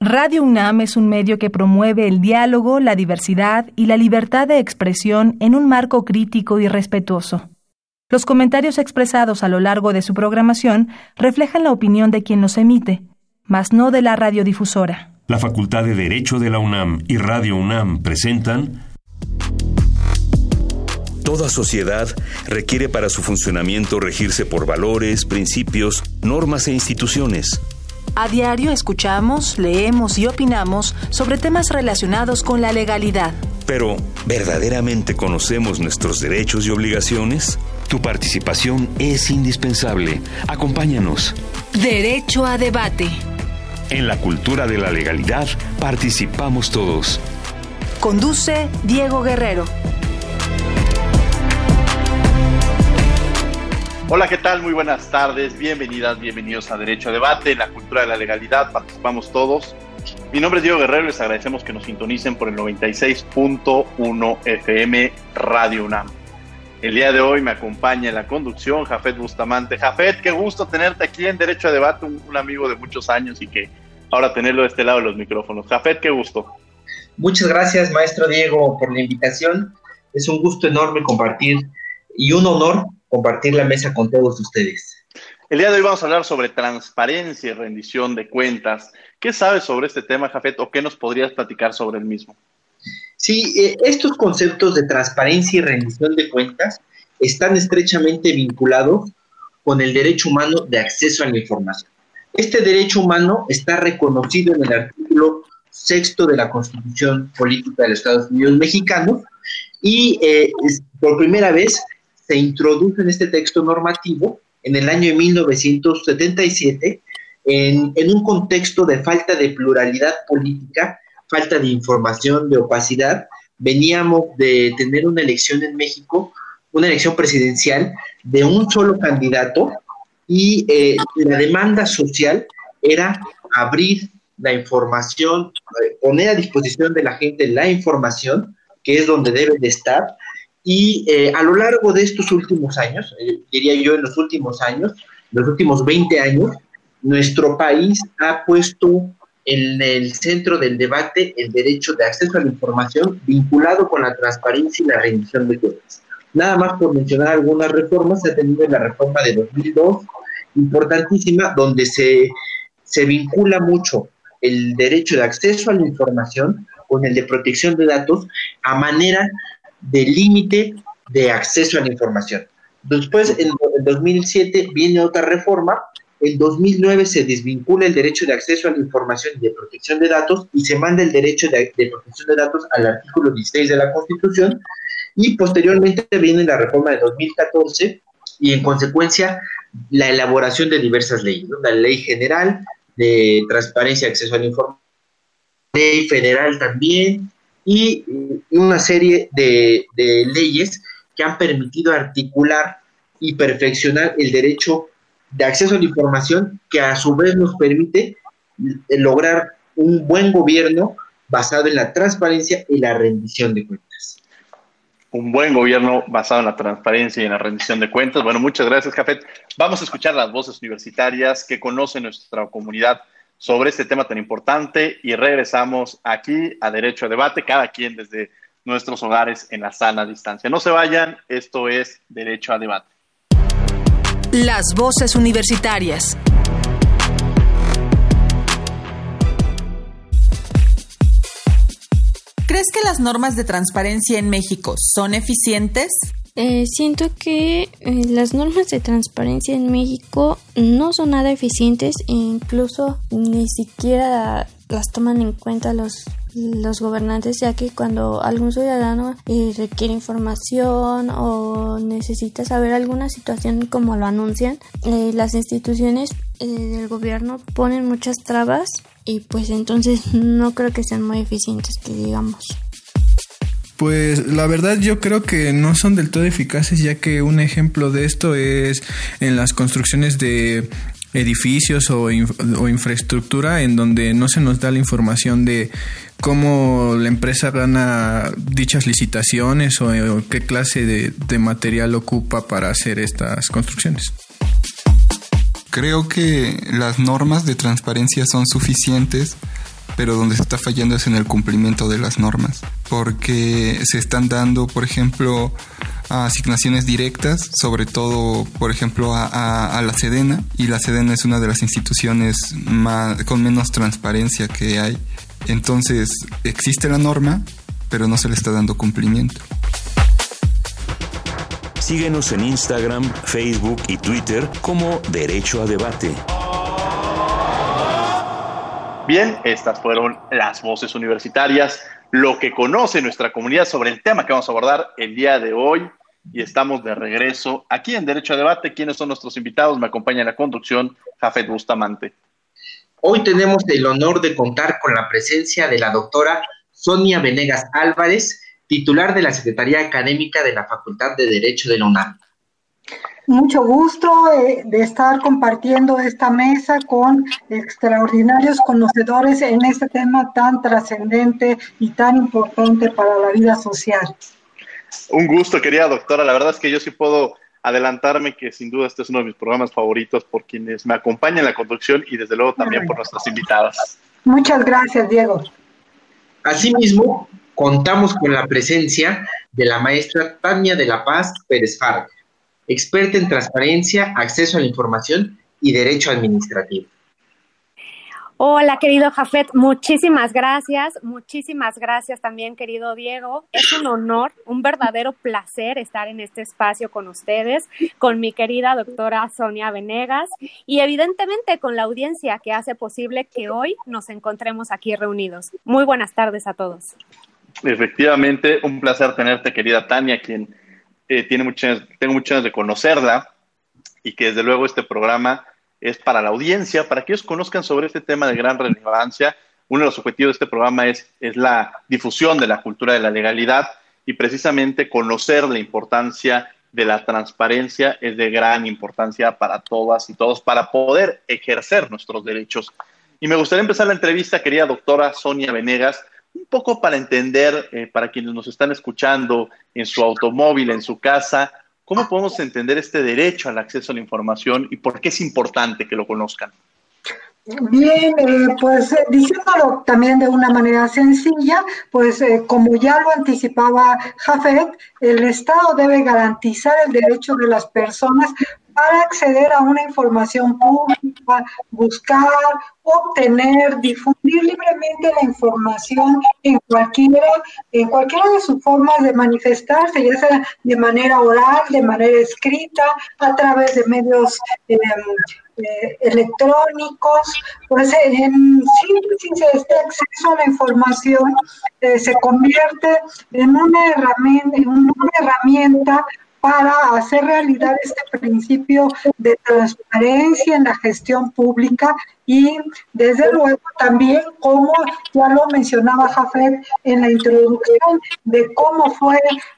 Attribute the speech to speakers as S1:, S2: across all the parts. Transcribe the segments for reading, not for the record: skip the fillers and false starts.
S1: Radio UNAM es un medio que promueve el diálogo, la diversidad y la libertad de expresión en un marco crítico y respetuoso. Los comentarios expresados a lo largo de su programación reflejan la opinión de quien los emite, mas no de la radiodifusora.
S2: La Facultad de Derecho de la UNAM y Radio UNAM presentan...
S3: Toda sociedad requiere para su funcionamiento regirse por valores, principios, normas e instituciones.
S4: A diario escuchamos, leemos y opinamos sobre temas relacionados con la legalidad.
S3: Pero, ¿verdaderamente conocemos nuestros derechos y obligaciones? Tu participación es indispensable. Acompáñanos.
S4: Derecho a debate.
S3: En la cultura de la legalidad participamos todos.
S4: Conduce Diego Guerrero.
S5: Hola, ¿qué tal? Muy buenas tardes, bienvenidas, bienvenidos a Derecho a Debate, en la cultura de la legalidad, participamos todos. Mi nombre es Diego Guerrero y les agradecemos que nos sintonicen por el 96.1 FM Radio UNAM. El día de hoy me acompaña en la conducción Jafet Bustamante. Jafet, qué gusto tenerte aquí en Derecho a Debate, un amigo de muchos años y que ahora tenerlo de este lado de los micrófonos. Jafet, qué gusto.
S6: Muchas gracias, maestro Diego, por la invitación. Es un gusto enorme compartir y un honor compartir la mesa con todos ustedes.
S5: El día de hoy vamos a hablar sobre transparencia y rendición de cuentas. ¿Qué sabes sobre este tema, Jafet, o qué nos podrías platicar sobre el mismo?
S6: Sí, estos conceptos de transparencia y rendición de cuentas están estrechamente vinculados con el derecho humano de acceso a la información. Este derecho humano está reconocido en el artículo 6 de la Constitución Política de los Estados Unidos Mexicanos y por primera vez se introduce en este texto normativo en el año de 1977 en un contexto de falta de pluralidad política, falta de información, de opacidad. Veníamos de tener una elección en México, una elección presidencial de un solo candidato y la demanda social era abrir la información, poner a disposición de la gente la información, que es donde debe de estar. Y a lo largo de estos últimos años, diría yo en los últimos años, los últimos 20 años, nuestro país ha puesto en el centro del debate el derecho de acceso a la información vinculado con la transparencia y la rendición de cuentas. Nada más por mencionar algunas reformas, se ha tenido la reforma de 2002, importantísima, donde se vincula mucho el derecho de acceso a la información con el de protección de datos a manera de límite de acceso a la información. Después, en 2007, viene otra reforma. En 2009 se desvincula el derecho de acceso a la información y de protección de datos y se manda el derecho de protección de datos al artículo 16 de la Constitución. Y posteriormente viene la reforma de 2014 y, en consecuencia, la elaboración de diversas leyes, ¿no? La Ley General de Transparencia y Acceso a la Información, Ley Federal también, y una serie de leyes que han permitido articular y perfeccionar el derecho de acceso a la información, que a su vez nos permite lograr un buen gobierno basado en la transparencia y la rendición de cuentas.
S5: Un buen gobierno basado en la transparencia y en la rendición de cuentas. Bueno, muchas gracias, Jafet. Vamos a escuchar las voces universitarias que conoce nuestra comunidad sobre este tema tan importante y regresamos aquí a Derecho a Debate, cada quien desde nuestros hogares en la sana distancia. No se vayan, esto es Derecho a Debate.
S4: Las voces universitarias. ¿Crees que las normas de transparencia en México son eficientes?
S7: Siento que las normas de transparencia en México no son nada eficientes e incluso ni siquiera las toman en cuenta los gobernantes, ya que cuando algún ciudadano requiere información o necesita saber alguna situación como lo anuncian, las instituciones del gobierno ponen muchas trabas y pues entonces no creo que sean muy eficientes, que digamos.
S8: Pues la verdad yo creo que no son del todo eficaces, ya que un ejemplo de esto es en las construcciones de edificios o infraestructura, en donde no se nos da la información de cómo la empresa gana dichas licitaciones o qué clase de material ocupa para hacer estas construcciones.
S9: Creo que las normas de transparencia son suficientes pero donde se está fallando es en el cumplimiento de las normas, porque se están dando, por ejemplo, asignaciones directas, sobre todo, por ejemplo, a la Sedena, y la Sedena es una de las instituciones con menos transparencia que hay. Entonces, existe la norma, pero no se le está dando cumplimiento.
S3: Síguenos en Instagram, Facebook y Twitter como Derecho a Debate.
S5: Bien, estas fueron las voces universitarias, lo que conoce nuestra comunidad sobre el tema que vamos a abordar el día de hoy. Y estamos de regreso aquí en Derecho a Debate. ¿Quiénes son nuestros invitados? Me acompaña en la conducción Jafet Bustamante.
S6: Hoy tenemos el honor de contar con la presencia de la doctora Sonia Venegas Álvarez, titular de la Secretaría Académica de la Facultad de Derecho de la UNAM.
S10: Mucho gusto de estar compartiendo esta mesa con extraordinarios conocedores en este tema tan trascendente y tan importante para la vida social.
S5: Un gusto, querida doctora. La verdad es que yo sí puedo adelantarme que sin duda este es uno de mis programas favoritos por quienes me acompañan en la conducción y desde luego también por nuestras invitadas.
S10: Muchas gracias, Diego.
S6: Asimismo, contamos con la presencia de la maestra Tania de la Paz Pérez Farga, experta en transparencia, acceso a la información y derecho administrativo.
S11: Hola, querido Jafet, muchísimas gracias también, querido Diego. Es un honor, un verdadero placer estar en este espacio con ustedes, con mi querida doctora Sonia Venegas y evidentemente con la audiencia que hace posible que hoy nos encontremos aquí reunidos. Muy buenas tardes a todos.
S5: Efectivamente, un placer tenerte, querida Tania, quien tengo muchas ganas de conocerla y que desde luego este programa es para la audiencia, para que ellos conozcan sobre este tema de gran relevancia. Uno de los objetivos de este programa es la difusión de la cultura de la legalidad y precisamente conocer la importancia de la transparencia es de gran importancia para todas y todos para poder ejercer nuestros derechos. Y me gustaría empezar la entrevista, querida doctora Sonia Venegas, un poco para entender, para quienes nos están escuchando en su automóvil, en su casa, ¿cómo podemos entender este derecho al acceso a la información y por qué es importante que lo conozcan?
S10: Bien, pues diciéndolo también de una manera sencilla, pues como ya lo anticipaba Jafet, el Estado debe garantizar el derecho de las personas para acceder a una información pública, buscar, obtener, difundir libremente la información en cualquiera de sus formas de manifestarse, ya sea de manera oral, de manera escrita, a través de medios electrónicos, pues simple este acceso a la información se convierte en una herramienta para hacer realidad este principio de transparencia en la gestión pública y desde luego también, como ya lo mencionaba Jafet en la introducción, de cómo fue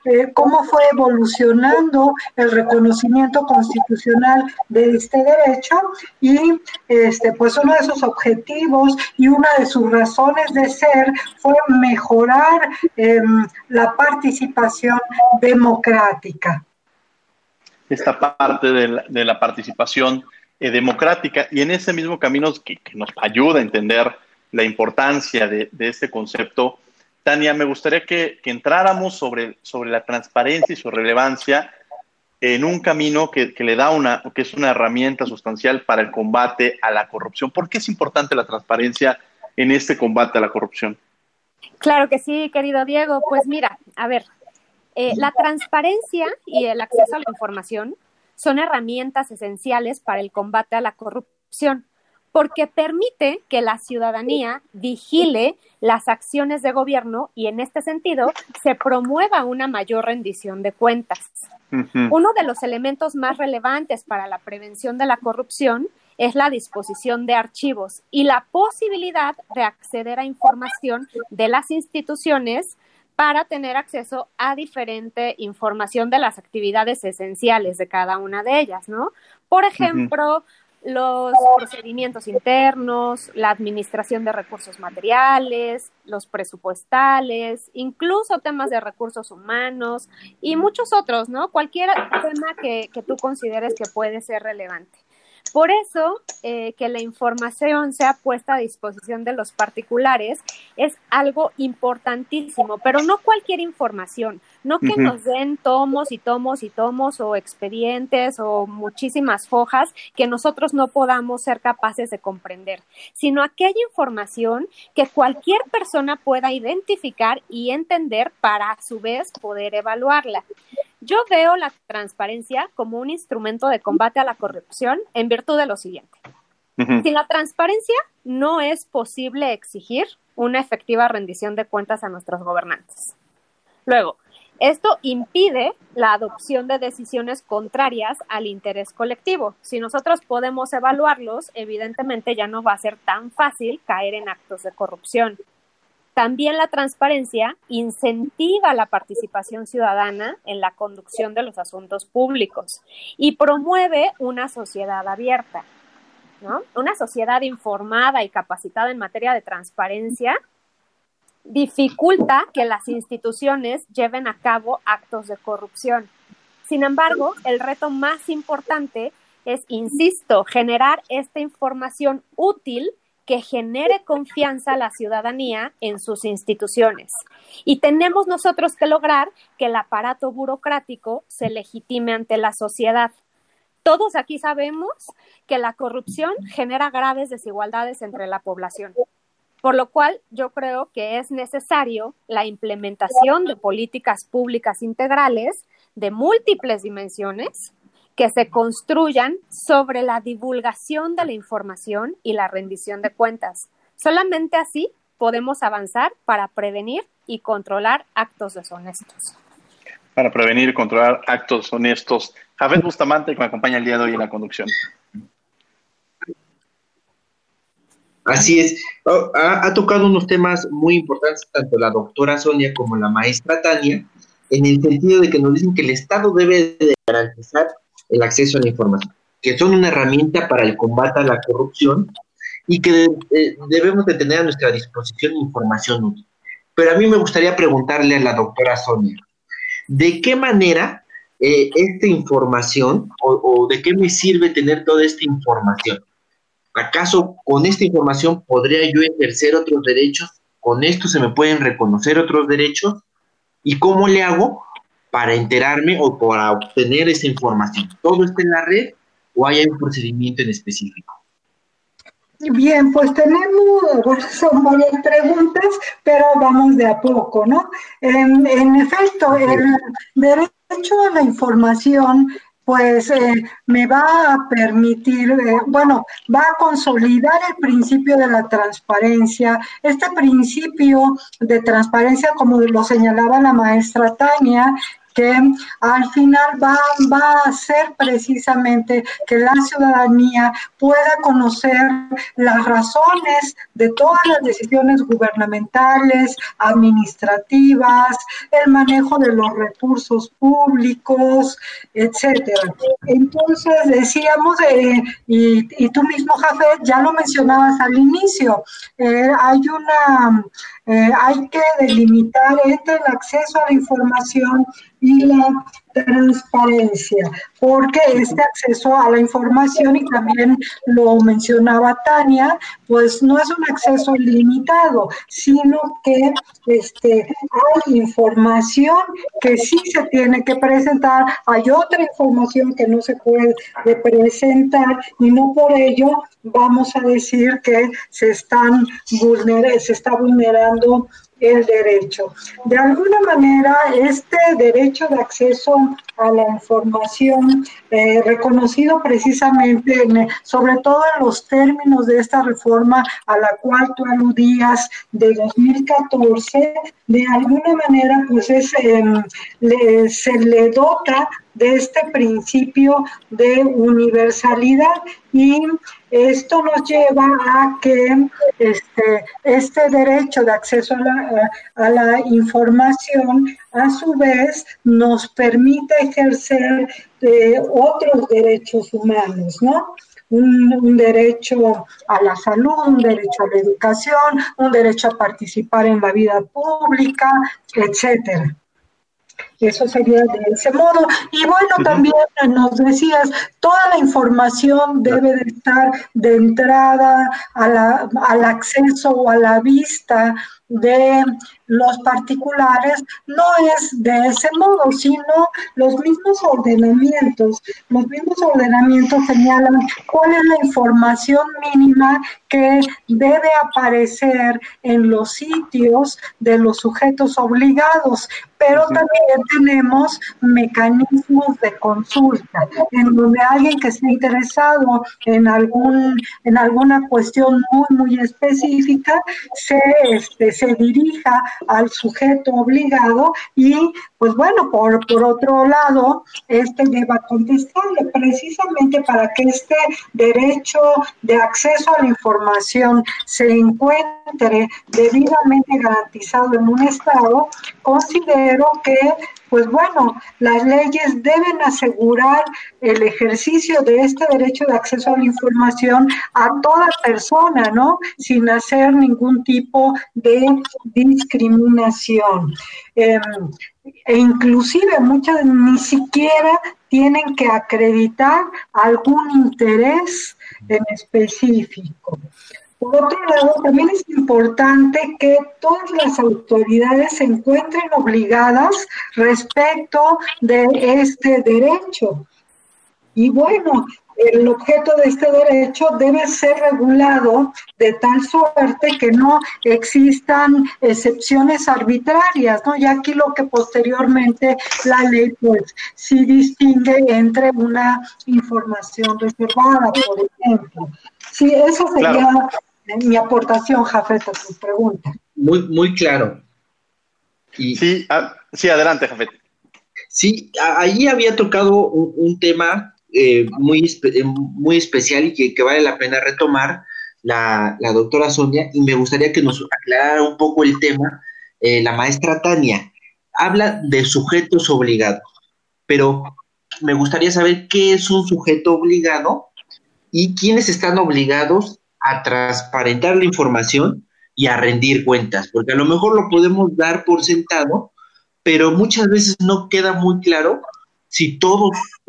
S10: evolucionando el reconocimiento constitucional de este derecho y pues uno de sus objetivos y una de sus razones de ser fue mejorar la participación democrática.
S5: Esta parte de la participación democrática y en ese mismo camino que nos ayuda a entender la importancia de este concepto. Tania, me gustaría que entráramos sobre la transparencia y su relevancia en un camino que le da que es una herramienta sustancial para el combate a la corrupción. ¿Por qué es importante la transparencia en este combate a la corrupción?
S11: Claro que sí, querido Diego. Pues mira, a ver, la transparencia y el acceso a la información son herramientas esenciales para el combate a la corrupción, porque permite que la ciudadanía vigile las acciones de gobierno y en este sentido se promueva una mayor rendición de cuentas. Uh-huh. Uno de los elementos más relevantes para la prevención de la corrupción es la disposición de archivos y la posibilidad de acceder a información de las instituciones para tener acceso a diferente información de las actividades esenciales de cada una de ellas, ¿no? Por ejemplo, los procedimientos internos, la administración de recursos materiales, los presupuestales, incluso temas de recursos humanos y muchos otros, ¿no? Cualquier tema que tú consideres que puede ser relevante. Por eso, que la información sea puesta a disposición de los particulares es algo importantísimo, pero no cualquier información, no que nos den tomos y tomos y tomos o expedientes o muchísimas hojas que nosotros no podamos ser capaces de comprender, sino aquella información que cualquier persona pueda identificar y entender para a su vez poder evaluarla. Yo veo la transparencia como un instrumento de combate a la corrupción en virtud de lo siguiente. Sin la transparencia no es posible exigir una efectiva rendición de cuentas a nuestros gobernantes. Luego, esto impide la adopción de decisiones contrarias al interés colectivo. Si nosotros podemos evaluarlos, evidentemente ya no va a ser tan fácil caer en actos de corrupción. También la transparencia incentiva la participación ciudadana en la conducción de los asuntos públicos y promueve una sociedad abierta, ¿no? Una sociedad informada y capacitada en materia de transparencia dificulta que las instituciones lleven a cabo actos de corrupción. Sin embargo, el reto más importante es, insisto, generar esta información útil que genere confianza a la ciudadanía en sus instituciones. Y tenemos nosotros que lograr que el aparato burocrático se legitime ante la sociedad. Todos aquí sabemos que la corrupción genera graves desigualdades entre la población, por lo cual yo creo que es necesario la implementación de políticas públicas integrales de múltiples dimensiones que se construyan sobre la divulgación de la información y la rendición de cuentas. Solamente así podemos avanzar para prevenir y controlar actos deshonestos.
S5: Para prevenir y controlar actos honestos. Jafet Bustamante, que me acompaña el día de hoy en la conducción.
S6: Así es. Ha tocado unos temas muy importantes, tanto la doctora Sonia como la maestra Tania, en el sentido de que nos dicen que el Estado debe de garantizar el acceso a la información, que son una herramienta para el combate a la corrupción y que debemos de tener a nuestra disposición información útil. Pero a mí me gustaría preguntarle a la doctora Sonia, ¿de qué manera esta información o de qué me sirve tener toda esta información? ¿Acaso con esta información podría yo ejercer otros derechos? ¿Con esto se me pueden reconocer otros derechos? ¿Y cómo le hago para enterarme o para obtener esa información? ¿Todo está en la red o hay un procedimiento en específico?
S10: Bien, pues son varias preguntas, pero vamos de a poco, ¿no? En efecto, el derecho a la información pues me va a permitir, va a consolidar el principio de la transparencia. Este principio de transparencia, como lo señalaba la maestra Tania, que al final va a hacer precisamente que la ciudadanía pueda conocer las razones de todas las decisiones gubernamentales, administrativas, el manejo de los recursos públicos, etcétera. Entonces decíamos, y tú mismo, Jafet, ya lo mencionabas al inicio, hay que delimitar entre el acceso a la información y la transparencia, porque este acceso a la información, y también lo mencionaba Tania, pues no es un acceso ilimitado, sino que hay información que sí se tiene que presentar, hay otra información que no se puede presentar, y no por ello vamos a decir que se está vulnerando el derecho. De alguna manera, este derecho de acceso a la información, reconocido precisamente, sobre todo en los términos de esta reforma a la cual tú aludías de 2014, de alguna manera pues se le dota de este principio de universalidad, y esto nos lleva a que este derecho de acceso a la información, a su vez, nos permite ejercer otros derechos humanos, ¿no? Un derecho a la salud, un derecho a la educación, un derecho a participar en la vida pública, etcétera. Eso sería de ese modo. Y bueno, también nos decías, toda la información debe de estar de entrada al acceso o a la vista de los particulares, no es de ese modo, sino los mismos ordenamientos señalan cuál es la información mínima que debe aparecer en los sitios de los sujetos obligados, pero también tenemos mecanismos de consulta, en donde alguien que esté interesado en alguna cuestión muy específica se dirija al sujeto obligado y, pues bueno, por otro lado, deba contestarle precisamente para que este derecho de acceso a la información se encuentre debidamente garantizado en un Estado. Considero que, pues bueno, las leyes deben asegurar el ejercicio de este derecho de acceso a la información a toda persona, ¿no? Sin hacer ningún tipo de discriminación. E inclusive muchas ni siquiera tienen que acreditar algún interés en específico. Por otro lado, también es importante que todas las autoridades se encuentren obligadas respecto de este derecho. Y bueno, el objeto de este derecho debe ser regulado de tal suerte que no existan excepciones arbitrarias, ¿no? Y aquí lo que posteriormente la ley, pues, sí distingue entre una información reservada, por ejemplo. Sí, eso sería mi aportación, Jafet, a tu pregunta.
S6: Muy claro.
S5: Sí, adelante, Jafet.
S6: Sí, allí había tocado un tema muy especial y que vale la pena retomar la doctora Sonia, y me gustaría que nos aclarara un poco el tema. La maestra Tania habla de sujetos obligados, pero me gustaría saber qué es un sujeto obligado y quiénes están obligados a transparentar la información y a rendir cuentas, porque a lo mejor lo podemos dar por sentado, pero muchas veces no queda muy claro si todos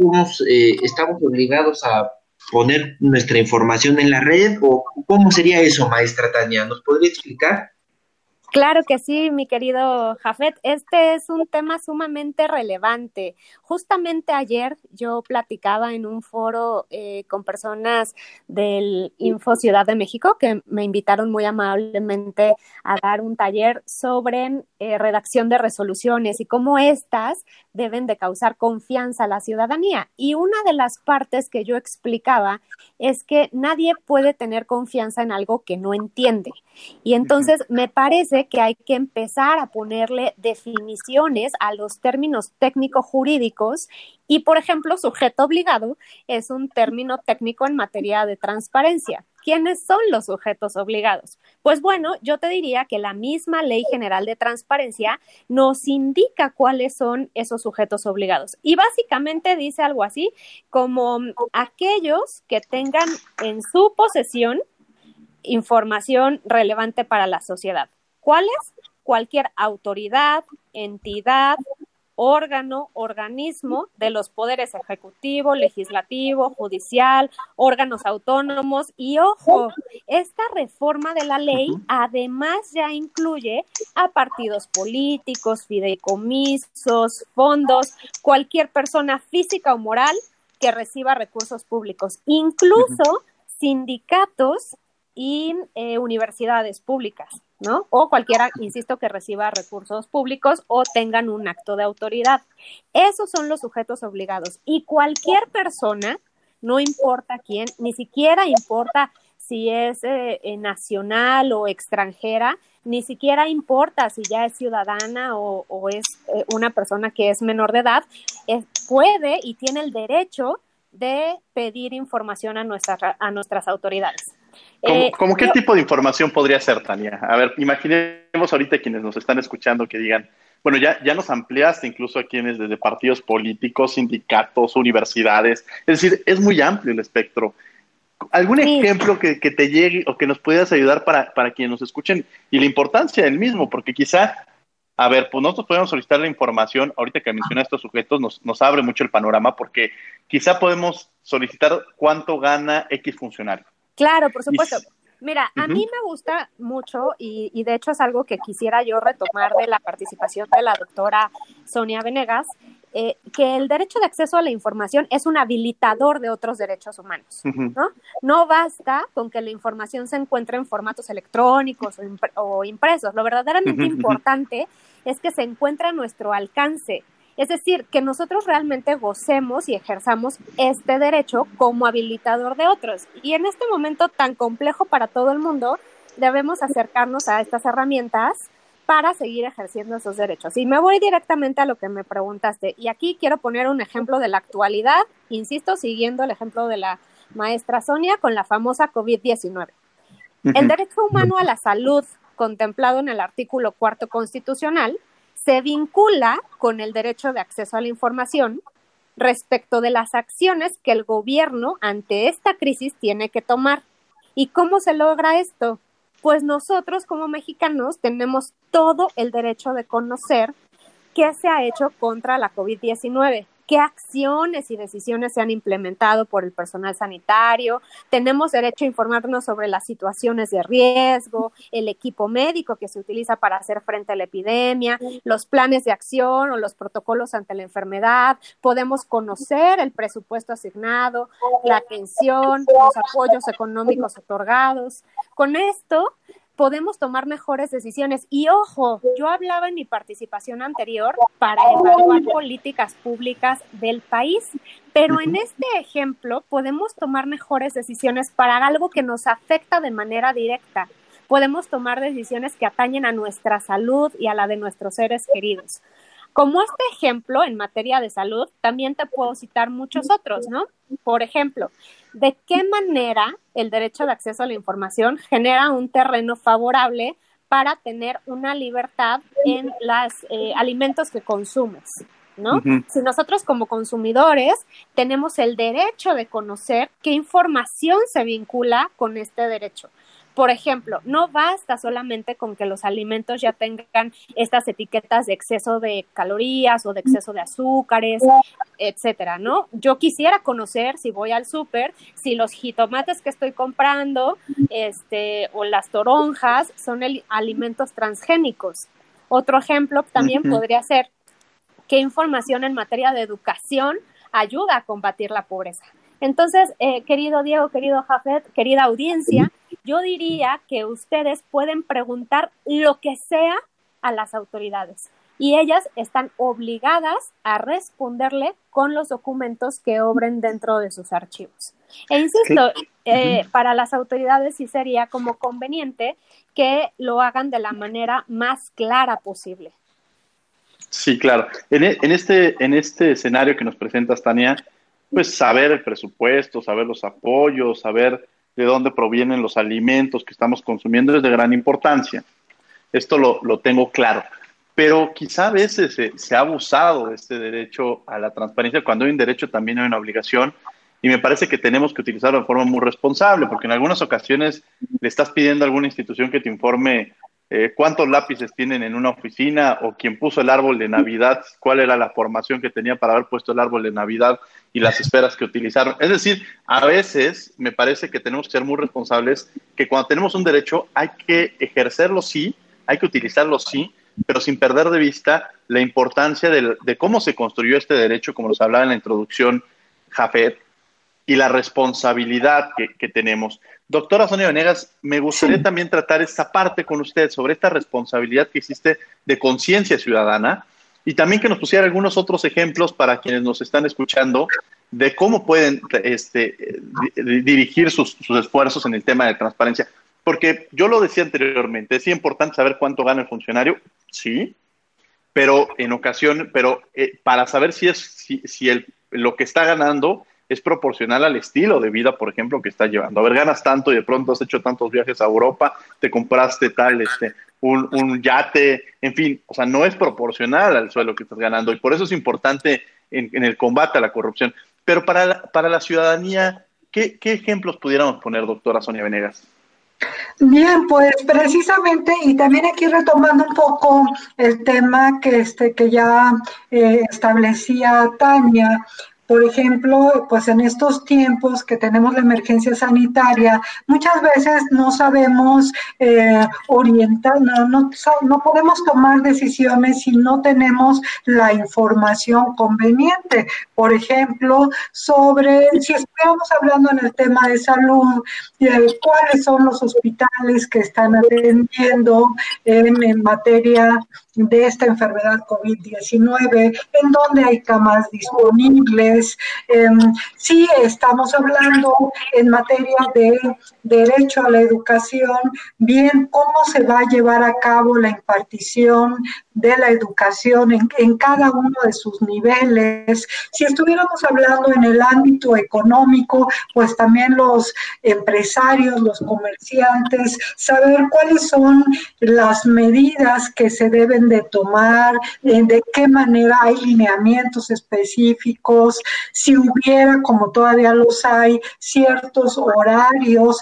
S6: estamos obligados a poner nuestra información en la red, o cómo sería eso, maestra Tania. ¿Nos podría explicar?
S11: Claro que sí, mi querido Jafet. Este es un tema sumamente relevante. Justamente ayer yo platicaba en un foro con personas del Info Ciudad de México que me invitaron muy amablemente a dar un taller sobre redacción de resoluciones y cómo éstas deben de causar confianza a la ciudadanía. Y una de las partes que yo explicaba es que nadie puede tener confianza en algo que no entiende. Y entonces me parece que hay que empezar a ponerle definiciones a los términos técnico-jurídicos y, por ejemplo, sujeto obligado es un término técnico en materia de transparencia. ¿Quiénes son los sujetos obligados? Pues bueno, yo te diría que la misma Ley General de Transparencia nos indica cuáles son esos sujetos obligados. Y básicamente dice algo así como aquellos que tengan en su posesión información relevante para la sociedad. ¿Cuáles? Cualquier autoridad, entidad, órgano, organismo de los poderes ejecutivo, legislativo, judicial, órganos autónomos. Y ojo, esta reforma de la ley además ya incluye a partidos políticos, fideicomisos, fondos, cualquier persona física o moral que reciba recursos públicos, incluso sindicatos y universidades públicas, ¿no? O cualquiera, insisto, que reciba recursos públicos o tengan un acto de autoridad. Esos son los sujetos obligados. Y cualquier persona, no importa quién, ni siquiera importa si es nacional o extranjera, ni siquiera importa si ya es ciudadana o es una persona que es menor de edad, puede y tiene el derecho de pedir información a nuestras autoridades.
S5: ¿Cómo qué tipo de información podría ser, Tania? A ver, imaginemos ahorita quienes nos están escuchando que digan, bueno, ya nos ampliaste incluso a quienes desde partidos políticos, sindicatos, universidades, es decir, es muy amplio el espectro. ¿Algún ejemplo que te llegue o que nos puedas ayudar para quienes nos escuchen y la importancia del mismo? Porque quizá a ver, pues nosotros podemos solicitar la información, ahorita que mencioné estos sujetos, nos abre mucho el panorama, porque quizá podemos solicitar cuánto gana X funcionario.
S11: Claro, por supuesto. Mira, a mí me gusta mucho y de hecho es algo que quisiera yo retomar de la participación de la doctora Sonia Venegas, que el derecho de acceso a la información es un habilitador de otros derechos humanos, ¿no? No basta con que la información se encuentre en formatos electrónicos o impresos. Lo verdaderamente importante es que se encuentre a nuestro alcance. Es decir, que nosotros realmente gocemos y ejerzamos este derecho como habilitador de otros. Y en este momento tan complejo para todo el mundo, debemos acercarnos a estas herramientas para seguir ejerciendo esos derechos. Y me voy directamente a lo que me preguntaste. Y aquí quiero poner un ejemplo de la actualidad, insisto, siguiendo el ejemplo de la maestra Sonia con la famosa COVID-19. El derecho humano a la salud, contemplado en el artículo 4 constitucional, se vincula con el derecho de acceso a la información respecto de las acciones que el gobierno ante esta crisis tiene que tomar. ¿Y cómo se logra esto? Pues nosotros como mexicanos tenemos todo el derecho de conocer qué se ha hecho contra la COVID-19, qué acciones y decisiones se han implementado por el personal sanitario. Tenemos derecho a informarnos sobre las situaciones de riesgo, el equipo médico que se utiliza para hacer frente a la epidemia, los planes de acción o los protocolos ante la enfermedad. Podemos conocer el presupuesto asignado, la atención, los apoyos económicos otorgados. Con esto podemos tomar mejores decisiones. Y ojo, yo hablaba en mi participación anterior para evaluar políticas públicas del país, pero en este ejemplo podemos tomar mejores decisiones para algo que nos afecta de manera directa. Podemos tomar decisiones que atañen a nuestra salud y a la de nuestros seres queridos. Como este ejemplo en materia de salud, también te puedo citar muchos otros, ¿no? Por ejemplo, ¿de qué manera el derecho de acceso a la información genera un terreno favorable para tener una libertad en los alimentos que consumes, ¿no? Si nosotros como consumidores tenemos el derecho de conocer qué información se vincula con este derecho. Por ejemplo, no basta solamente con que los alimentos ya tengan estas etiquetas de exceso de calorías o de exceso de azúcares, etcétera, ¿no? Yo quisiera conocer, si voy al súper, si los jitomates que estoy comprando, o las toronjas son alimentos transgénicos. Otro ejemplo también podría ser qué información en materia de educación ayuda a combatir la pobreza. Entonces, querido Diego, querido Jafet, querida audiencia, yo diría que ustedes pueden preguntar lo que sea a las autoridades y ellas están obligadas a responderle con los documentos que obren dentro de sus archivos. E insisto, para las autoridades sí sería como conveniente que lo hagan de la manera más clara posible.
S5: Sí, claro. En este escenario que nos presentas, Tania, pues saber el presupuesto, saber los apoyos, saber de dónde provienen los alimentos que estamos consumiendo es de gran importancia. Esto lo tengo claro. Pero quizá a veces se ha abusado de este derecho a la transparencia. Cuando hay un derecho también hay una obligación, y me parece que tenemos que utilizarlo de forma muy responsable, porque en algunas ocasiones le estás pidiendo a alguna institución que te informe cuántos lápices tienen en una oficina, o quien puso el árbol de Navidad, cuál era la formación que tenía para haber puesto el árbol de Navidad y las esferas que utilizaron. Es decir, a veces me parece que tenemos que ser muy responsables, que cuando tenemos un derecho hay que ejercerlo, sí, hay que utilizarlo, sí, pero sin perder de vista la importancia de cómo se construyó este derecho, como nos hablaba en la introducción Jafet, y la responsabilidad que tenemos. Doctora Sonia Venegas, me gustaría también tratar esta parte con usted sobre esta responsabilidad que existe de conciencia ciudadana, y también que nos pusiera algunos otros ejemplos para quienes nos están escuchando de cómo pueden dirigir sus esfuerzos en el tema de transparencia. Porque yo lo decía anteriormente, es importante saber cuánto gana el funcionario, sí, pero para saber lo que está ganando es proporcional al estilo de vida, por ejemplo, que está llevando. A ver, ganas tanto y de pronto has hecho tantos viajes a Europa, te compraste un yate, en fin, o sea, no es proporcional al sueldo que estás ganando, y por eso es importante en el combate a la corrupción. Pero para la ciudadanía, ¿qué ejemplos pudiéramos poner, doctora Sonia Venegas?
S10: Bien, pues precisamente, y también aquí retomando un poco el tema que ya establecía Tania. Por ejemplo, pues en estos tiempos que tenemos la emergencia sanitaria, muchas veces no sabemos orientar, no podemos tomar decisiones si no tenemos la información conveniente. Por ejemplo, si estuviéramos hablando en el tema de salud, cuáles son los hospitales que están atendiendo en materia de esta enfermedad COVID-19, en dónde hay camas disponibles. Sí, estamos hablando en materia de derecho a la educación, bien, cómo se va a llevar a cabo la impartición de la educación en cada uno de sus niveles. Si estuviéramos hablando en el ámbito económico, pues también los empresarios, los comerciantes, saber cuáles son las medidas que se deben de tomar, de qué manera hay lineamientos específicos, si hubiera, como todavía los hay, ciertos horarios,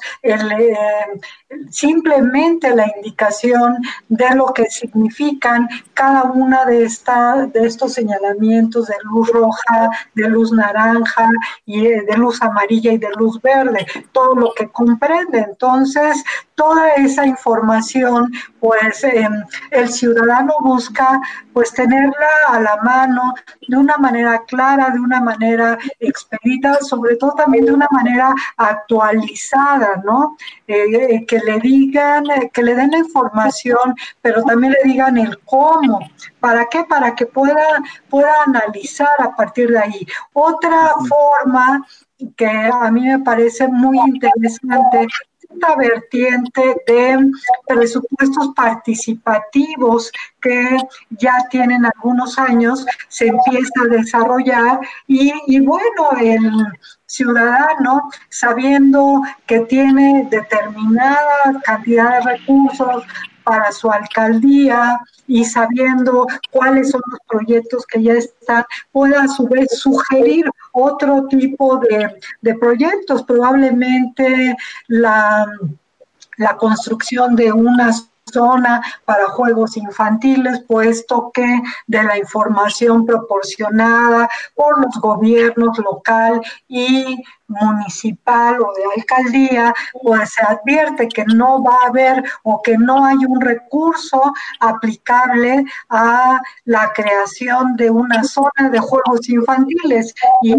S10: simplemente la indicación de lo que significan cada una de estos señalamientos de luz roja, de luz naranja, y de luz amarilla y de luz verde, todo lo que comprende. Entonces, toda esa información, pues el ciudadano busca pues tenerla a la mano de una manera clara, de una manera expedita, sobre todo también de una manera actualizada, ¿no? Que le digan, que le den la información, pero también le digan el cómo. ¿Para qué? Para que pueda analizar a partir de ahí. Otra forma que a mí me parece muy interesante, esta vertiente de presupuestos participativos que ya tienen algunos años, se empieza a desarrollar y bueno, el ciudadano, sabiendo que tiene determinada cantidad de recursos para su alcaldía y sabiendo cuáles son los proyectos que ya están, pueda a su vez sugerir otro tipo de proyectos, probablemente la construcción de una zona para juegos infantiles, puesto que de la información proporcionada por los gobiernos local y municipal o de alcaldía, pues se advierte que no va a haber o que no hay un recurso aplicable a la creación de una zona de juegos infantiles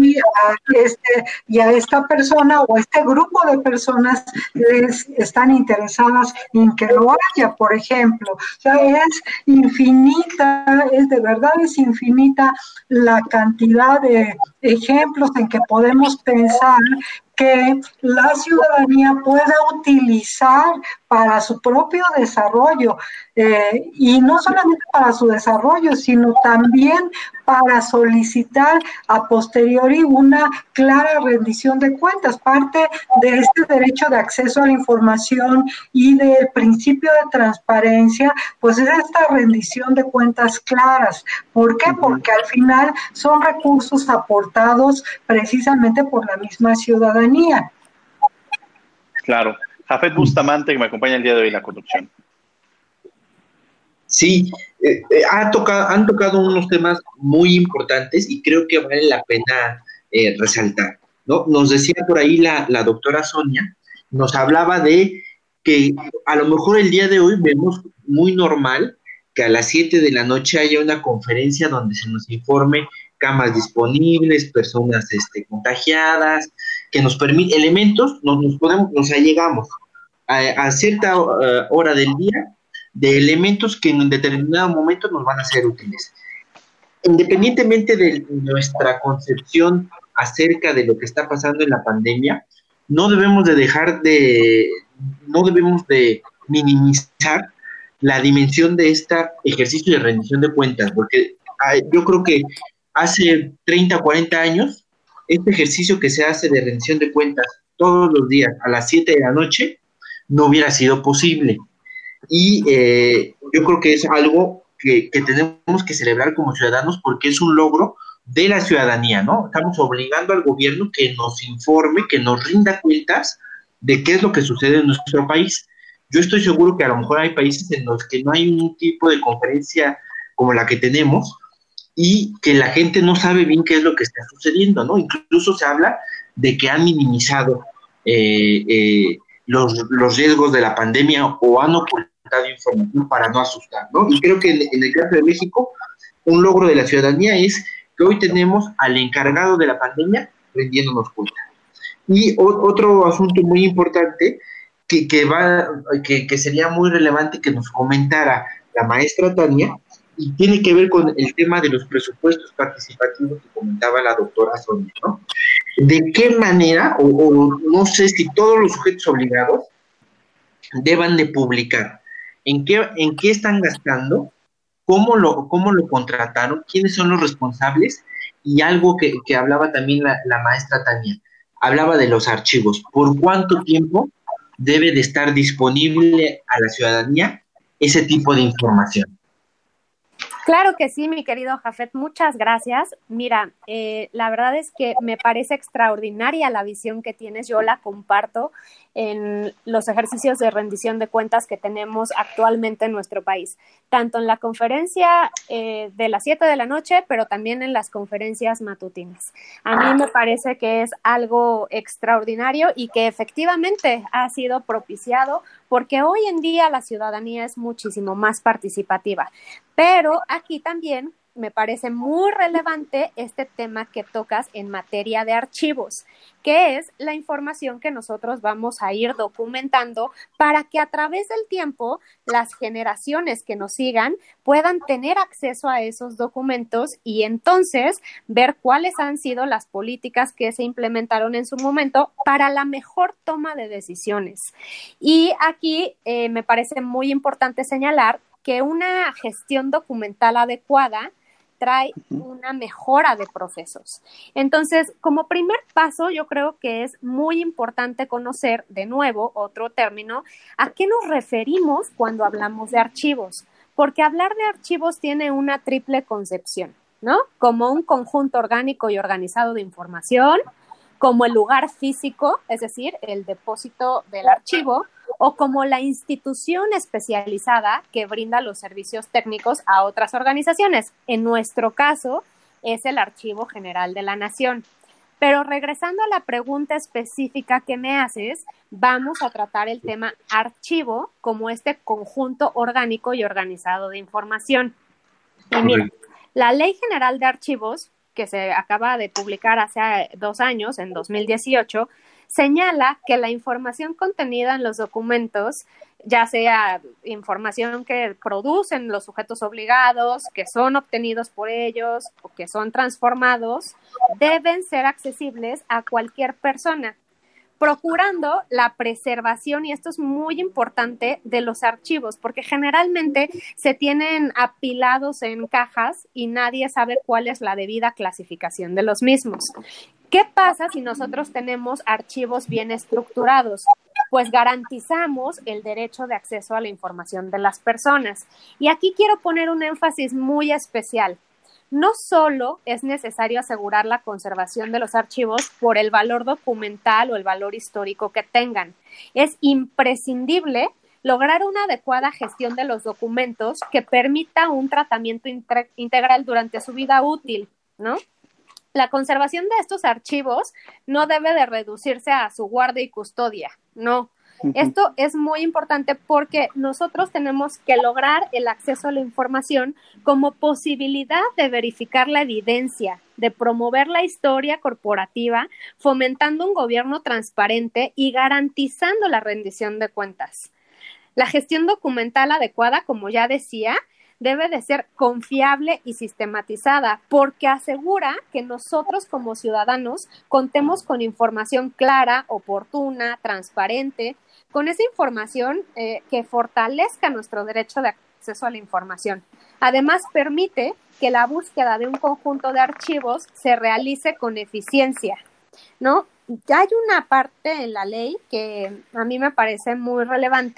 S10: y a esta persona o este grupo de personas les están interesadas en que lo haya, por ejemplo. O sea, es infinita, de verdad es infinita la cantidad de ejemplos en que podemos pensar que la ciudadanía pueda utilizar para su propio desarrollo, y no solamente para su desarrollo, sino también para solicitar a posteriori una clara rendición de cuentas. Parte de este derecho de acceso a la información y del principio de transparencia, pues es esta rendición de cuentas claras. ¿Por qué? Porque al final son recursos aportados precisamente por la misma ciudadanía.
S5: Claro. Jafet Bustamante, que me acompaña el día de hoy en la conducción.
S6: Sí, han tocado unos temas muy importantes y creo que vale la pena resaltar, ¿no? Nos decía por ahí la doctora Sonia, nos hablaba de que a lo mejor el día de hoy vemos muy normal que a las 7 de la noche haya una conferencia donde se nos informe camas disponibles, personas contagiadas, que nos permite elementos, nos allegamos a cierta hora del día de elementos que en determinado momento nos van a ser útiles. Independientemente de nuestra concepción acerca de lo que está pasando en la pandemia, no debemos de minimizar la dimensión de este ejercicio de rendición de cuentas, porque yo creo que hace 30 o 40 años, este ejercicio que se hace de rendición de cuentas todos los días a las 7 de la noche no hubiera sido posible. Y yo creo que es algo que tenemos que celebrar como ciudadanos porque es un logro de la ciudadanía, ¿no? Estamos obligando al gobierno que nos informe, que nos rinda cuentas de qué es lo que sucede en nuestro país. Yo estoy seguro que a lo mejor hay países en los que no hay un tipo de conferencia como la que tenemos y que la gente no sabe bien qué es lo que está sucediendo, ¿no? Incluso se habla de que han minimizado los riesgos de la pandemia o han ocultado información para no asustar, ¿no? Y creo que en el caso de México, un logro de la ciudadanía es que hoy tenemos al encargado de la pandemia rendiéndonos cuenta. Y otro asunto muy importante que sería muy relevante que nos comentara la maestra Tania, y tiene que ver con el tema de los presupuestos participativos que comentaba la doctora Sonia, ¿no? ¿De qué manera, o no sé si todos los sujetos obligados deban de publicar en qué están gastando, cómo lo contrataron, quiénes son los responsables, y algo que hablaba también la maestra Tania, hablaba de los archivos, por cuánto tiempo debe de estar disponible a la ciudadanía ese tipo de información?
S11: Claro que sí, mi querido Jafet, muchas gracias. Mira, la verdad es que me parece extraordinaria la visión que tienes, yo la comparto en los ejercicios de rendición de cuentas que tenemos actualmente en nuestro país, tanto en la conferencia de las 7 de la noche, pero también en las conferencias matutinas. A mí me parece que es algo extraordinario y que efectivamente ha sido propiciado porque hoy en día la ciudadanía es muchísimo más participativa. Pero aquí también me parece muy relevante este tema que tocas en materia de archivos, que es la información que nosotros vamos a ir documentando para que a través del tiempo las generaciones que nos sigan puedan tener acceso a esos documentos y entonces ver cuáles han sido las políticas que se implementaron en su momento para la mejor toma de decisiones. Y aquí me parece muy importante señalar que una gestión documental adecuada trae una mejora de procesos. Entonces, como primer paso, yo creo que es muy importante conocer, de nuevo, otro término, a qué nos referimos cuando hablamos de archivos, porque hablar de archivos tiene una triple concepción, ¿no? Como un conjunto orgánico y organizado de información, como el lugar físico, es decir, el depósito del archivo, o como la institución especializada que brinda los servicios técnicos a otras organizaciones. En nuestro caso, es el Archivo General de la Nación. Pero regresando a la pregunta específica que me haces, vamos a tratar el tema archivo como este conjunto orgánico y organizado de información. Y mira, la Ley General de Archivos, que se acaba de publicar hace 2 años, en 2018, señala que la información contenida en los documentos, ya sea información que producen los sujetos obligados, que son obtenidos por ellos o que son transformados, deben ser accesibles a cualquier persona, procurando la preservación, y esto es muy importante, de los archivos, porque generalmente se tienen apilados en cajas y nadie sabe cuál es la debida clasificación de los mismos. ¿Qué pasa si nosotros tenemos archivos bien estructurados? Pues garantizamos el derecho de acceso a la información de las personas. Y aquí quiero poner un énfasis muy especial. No solo es necesario asegurar la conservación de los archivos por el valor documental o el valor histórico que tengan. Es imprescindible lograr una adecuada gestión de los documentos que permita un tratamiento integral durante su vida útil, ¿no? La conservación de estos archivos no debe de reducirse a su guarda y custodia, no. Esto es muy importante porque nosotros tenemos que lograr el acceso a la información como posibilidad de verificar la evidencia, de promover la historia corporativa, fomentando un gobierno transparente y garantizando la rendición de cuentas. La gestión documental adecuada, como ya decía, debe de ser confiable y sistematizada porque asegura que nosotros como ciudadanos contemos con información clara, oportuna, transparente, con esa información que fortalezca nuestro derecho de acceso a la información. Además, permite que la búsqueda de un conjunto de archivos se realice con eficiencia, ¿no? Ya hay una parte en la ley que a mí me parece muy relevante,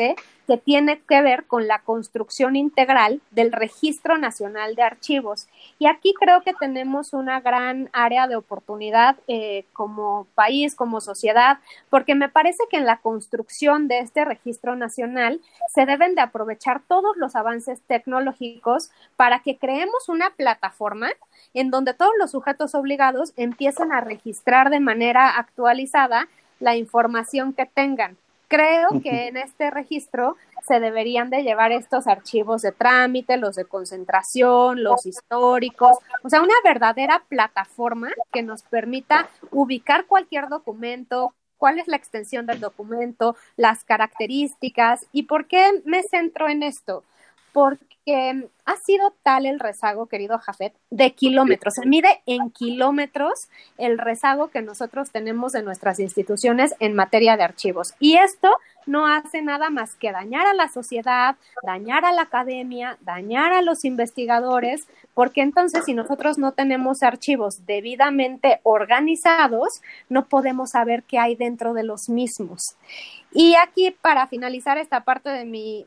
S11: que tiene que ver con la construcción integral del Registro Nacional de Archivos. Y aquí creo que tenemos una gran área de oportunidad como país, como sociedad, porque me parece que en la construcción de este registro nacional se deben de aprovechar todos los avances tecnológicos para que creemos una plataforma en donde todos los sujetos obligados empiecen a registrar de manera actualizada la información que tengan. Creo que en este registro se deberían de llevar estos archivos de trámite, los de concentración, los históricos, o sea, una verdadera plataforma que nos permita ubicar cualquier documento, cuál es la extensión del documento, las características. ¿Y por qué me centro en esto? Porque ha sido tal el rezago, querido Jafet, de kilómetros. Se mide en kilómetros el rezago que nosotros tenemos de nuestras instituciones en materia de archivos. Y esto no hace nada más que dañar a la sociedad, dañar a la academia, dañar a los investigadores, porque entonces si nosotros no tenemos archivos debidamente organizados, no podemos saber qué hay dentro de los mismos. Y aquí, para finalizar esta parte de mi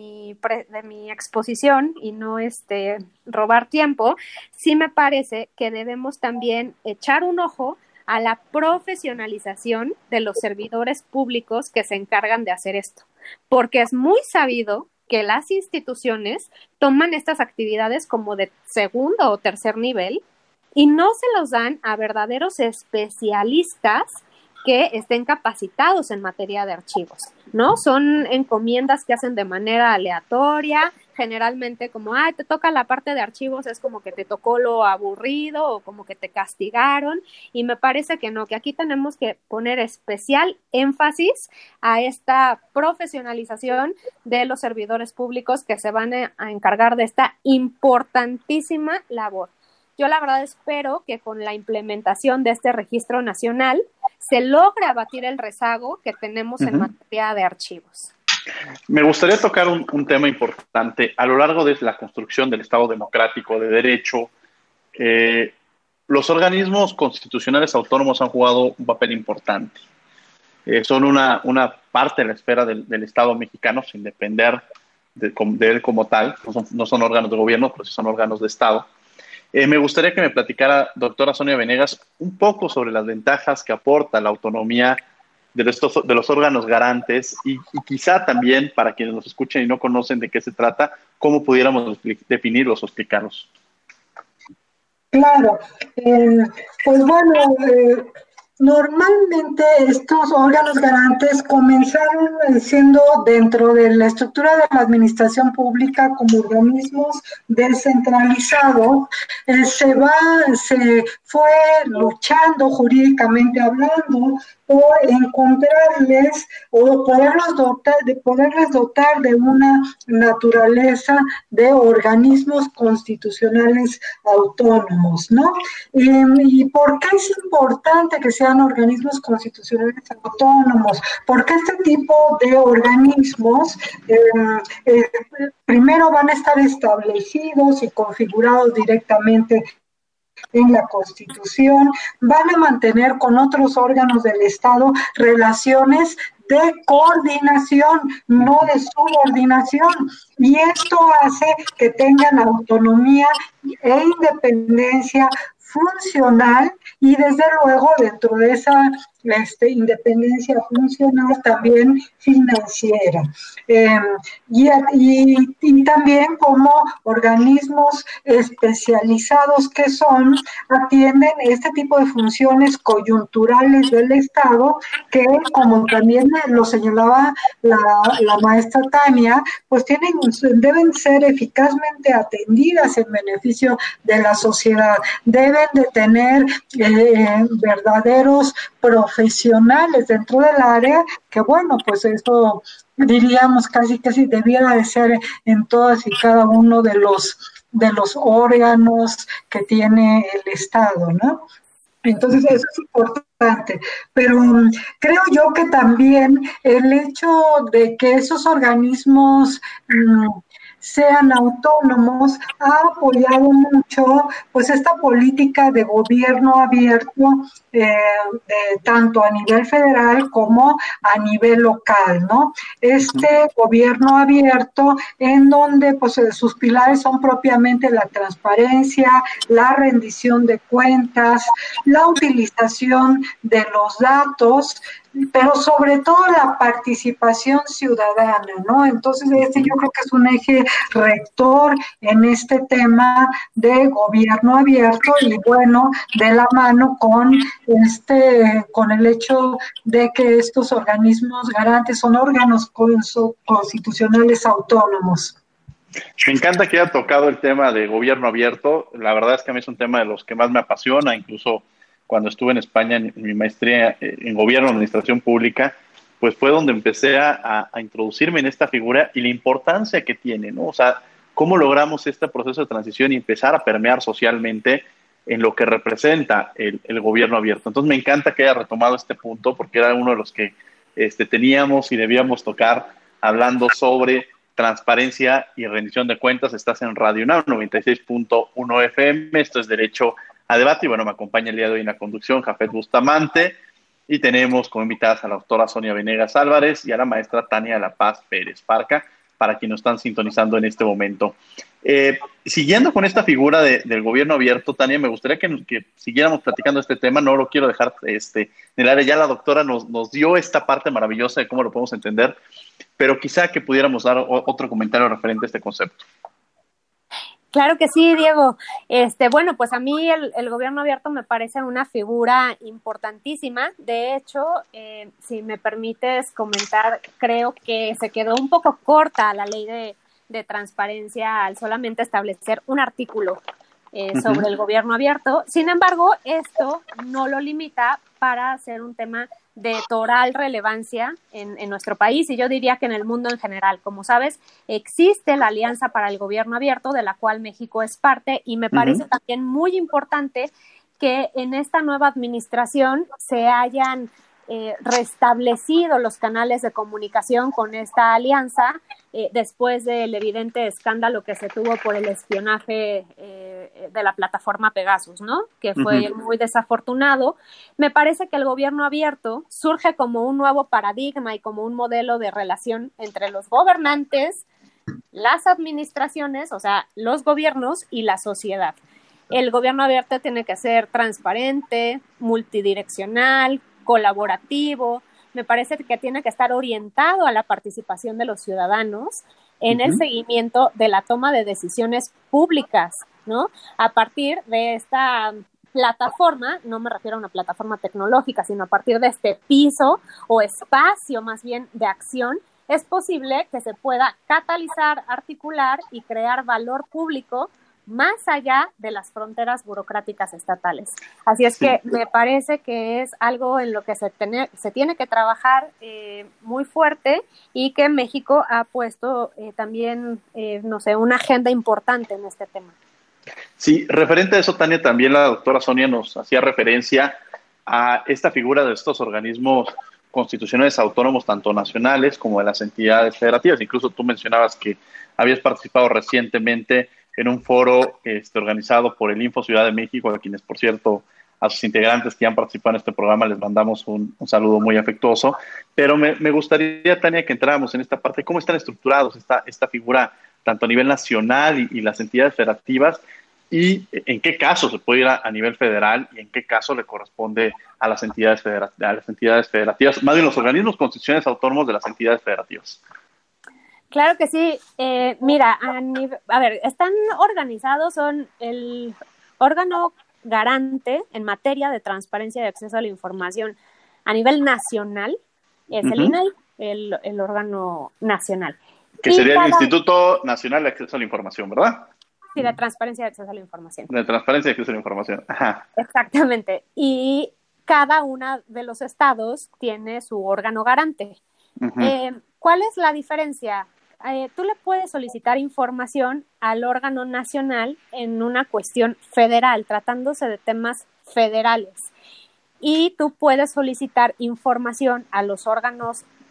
S11: exposición y no robar tiempo, sí me parece que debemos también echar un ojo a la profesionalización de los servidores públicos que se encargan de hacer esto, porque es muy sabido que las instituciones toman estas actividades como de segundo o tercer nivel y no se los dan a verdaderos especialistas que estén capacitados en materia de archivos, ¿no? Son encomiendas que hacen de manera aleatoria, generalmente como, te toca la parte de archivos, es como que te tocó lo aburrido o como que te castigaron, y me parece que no, que aquí tenemos que poner especial énfasis a esta profesionalización de los servidores públicos que se van a encargar de esta importantísima labor. Yo la verdad espero que con la implementación de este registro nacional se logre abatir el rezago que tenemos en materia de archivos.
S5: Me gustaría tocar un tema importante. A lo largo de la construcción del Estado democrático de derecho, los organismos constitucionales autónomos han jugado un papel importante. Son una parte de la esfera del Estado mexicano, sin depender de él como tal. No son órganos de gobierno, pero sí son órganos de Estado. Me gustaría que me platicara, doctora Sonia Venegas, un poco sobre las ventajas que aporta la autonomía de los órganos garantes y quizá también, para quienes nos escuchen y no conocen de qué se trata, cómo pudiéramos definirlos o explicarlos.
S10: Claro, pues bueno, normalmente estos órganos garantes comenzaron siendo dentro de la estructura de la administración pública como organismos descentralizados. Se fue luchando jurídicamente hablando por encontrarles o poderles dotar de una naturaleza de organismos constitucionales autónomos, ¿no? ¿Y por qué es importante que sean organismos constitucionales autónomos? Porque este tipo de organismos primero van a estar establecidos y configurados directamente en la Constitución, van a mantener con otros órganos del Estado relaciones de coordinación, no de subordinación, y esto hace que tengan autonomía e independencia funcional y desde luego dentro de esa independencia funcional también financiera. Y también como organismos especializados que son, atienden este tipo de funciones coyunturales del Estado que, como también lo señalaba la maestra Tania, pues deben ser eficazmente atendidas en beneficio de la sociedad. Deben de tener verdaderos profesionales dentro del área, que bueno, pues esto diríamos casi debiera de ser en todas y cada uno de los órganos que tiene el Estado, ¿no? Entonces eso es importante, pero creo yo que también el hecho de que esos organismos sean autónomos, ha apoyado mucho pues esta política de gobierno abierto, tanto a nivel federal como a nivel local, ¿no? Este gobierno abierto en donde pues sus pilares son propiamente la transparencia, la rendición de cuentas, la utilización de los datos, pero sobre todo la participación ciudadana, ¿no? Entonces, yo creo que es un eje rector en este tema de gobierno abierto y, bueno, de la mano con el hecho de que estos organismos garantes son órganos constitucionales autónomos.
S5: Me encanta que haya tocado el tema de gobierno abierto. La verdad es que a mí es un tema de los que más me apasiona, incluso cuando estuve en España en mi maestría en gobierno y administración pública, pues fue donde empecé a introducirme en esta figura y la importancia que tiene, ¿no? O sea, cómo logramos este proceso de transición y empezar a permear socialmente en lo que representa el gobierno abierto. Entonces me encanta que haya retomado este punto porque era uno de los que teníamos y debíamos tocar hablando sobre transparencia y rendición de cuentas. Estás en Radio UNAM 96.1 FM, esto es Derecho a Debate y bueno, me acompaña el día de hoy en la conducción Jafet Bustamante y tenemos como invitadas a la doctora Sonia Venegas Álvarez y a la maestra Tania La Paz Pérez Parca, para quienes nos están sintonizando en este momento. Siguiendo con esta figura del gobierno abierto, Tania, me gustaría que siguiéramos platicando este tema, no lo quiero dejar en el área, ya la doctora nos dio esta parte maravillosa de cómo lo podemos entender, pero quizá que pudiéramos dar otro comentario referente a este concepto.
S11: Claro que sí, Diego. Bueno, pues a mí el gobierno abierto me parece una figura importantísima. De hecho, si me permites comentar, creo que se quedó un poco corta la ley de transparencia al solamente establecer un artículo sobre el gobierno abierto. Sin embargo, esto no lo limita para ser un tema de total relevancia en nuestro país y yo diría que en el mundo en general. Como sabes, existe la Alianza para el Gobierno Abierto, de la cual México es parte, y me parece también muy importante que en esta nueva administración se hayan restablecido los canales de comunicación con esta alianza después del evidente escándalo que se tuvo por el espionaje de la plataforma Pegasus, ¿no? Que fue muy desafortunado. Me parece que el gobierno abierto surge como un nuevo paradigma y como un modelo de relación entre los gobernantes, las administraciones, o sea, los gobiernos y la sociedad. El gobierno abierto tiene que ser transparente, multidireccional, colaborativo. Me parece que tiene que estar orientado a la participación de los ciudadanos en el seguimiento de la toma de decisiones públicas, ¿no? A partir de esta plataforma, no me refiero a una plataforma tecnológica, sino a partir de este piso o espacio más bien de acción, es posible que se pueda catalizar, articular y crear valor público más allá de las fronteras burocráticas estatales. Así es que me parece que es algo en lo que se tiene que trabajar muy fuerte y que México ha puesto también, una agenda importante en este tema.
S5: Sí, referente a eso, Tania, también la doctora Sonia nos hacía referencia a esta figura de estos organismos constitucionales autónomos, tanto nacionales como de las entidades federativas. Incluso tú mencionabas que habías participado recientemente en un foro organizado por el Info Ciudad de México, a quienes, por cierto, a sus integrantes que han participado en este programa les mandamos un saludo muy afectuoso. Pero me gustaría, Tania, que entráramos en esta parte, cómo están estructurados esta figura, tanto a nivel nacional y las entidades federativas, y en qué caso se puede ir a nivel federal y en qué caso le corresponde a las entidades federativas, más bien los organismos constitucionales autónomos de las entidades federativas.
S11: Claro que sí. Mira, están organizados, son el órgano garante en materia de transparencia y acceso a la información a nivel nacional, es el INAI, el órgano nacional.
S5: Que sería el Instituto Nacional de Acceso a la Información, ¿verdad?
S11: Sí, de transparencia y acceso a la información.
S5: De transparencia y acceso a la información. Ajá.
S11: Exactamente. Y cada uno de los estados tiene su órgano garante. ¿Cuál es la diferencia? Tú le puedes solicitar información al órgano nacional en una cuestión federal, tratándose de temas federales. Y tú puedes solicitar información a los órganos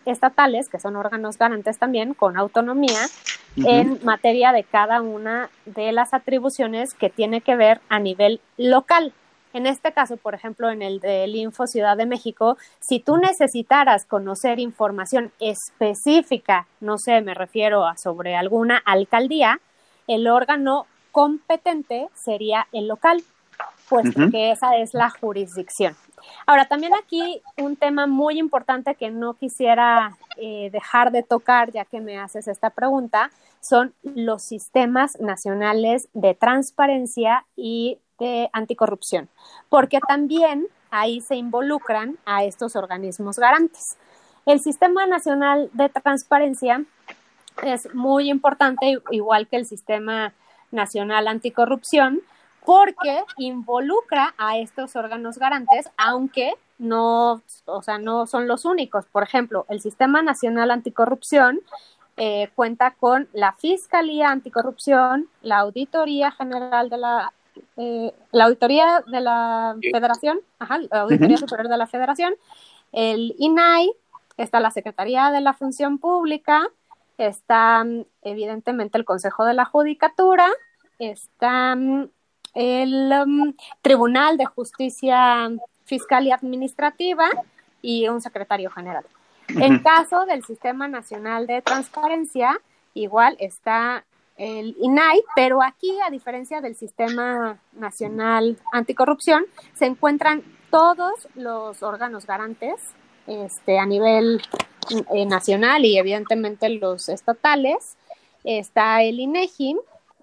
S11: estatales, que son órganos garantes también, con autonomía, en materia de cada una de las atribuciones que tiene que ver a nivel local. En este caso, por ejemplo, en el del Info Ciudad de México, si tú necesitaras conocer información específica, no sé, me refiero a sobre alguna alcaldía, el órgano competente sería el local, puesto que esa es la jurisdicción. Ahora, también aquí un tema muy importante que no quisiera dejar de tocar, ya que me haces esta pregunta, son los sistemas nacionales de transparencia y de anticorrupción, porque también ahí se involucran a estos organismos garantes. El Sistema Nacional de Transparencia es muy importante, igual que el Sistema Nacional Anticorrupción, porque involucra a estos órganos garantes, aunque no son los únicos. Por ejemplo, el Sistema Nacional Anticorrupción cuenta con la Fiscalía Anticorrupción, la Auditoría General de la Auditoría de la Federación, la Auditoría Superior de la Federación, el INAI, está la Secretaría de la Función Pública, está evidentemente el Consejo de la Judicatura, está el Tribunal de Justicia Fiscal y Administrativa y un secretario general. En caso del Sistema Nacional de Transparencia, igual está el INAI, pero aquí, a diferencia del Sistema Nacional Anticorrupción, se encuentran todos los órganos garantes a nivel nacional y evidentemente los estatales. Está el INEGI,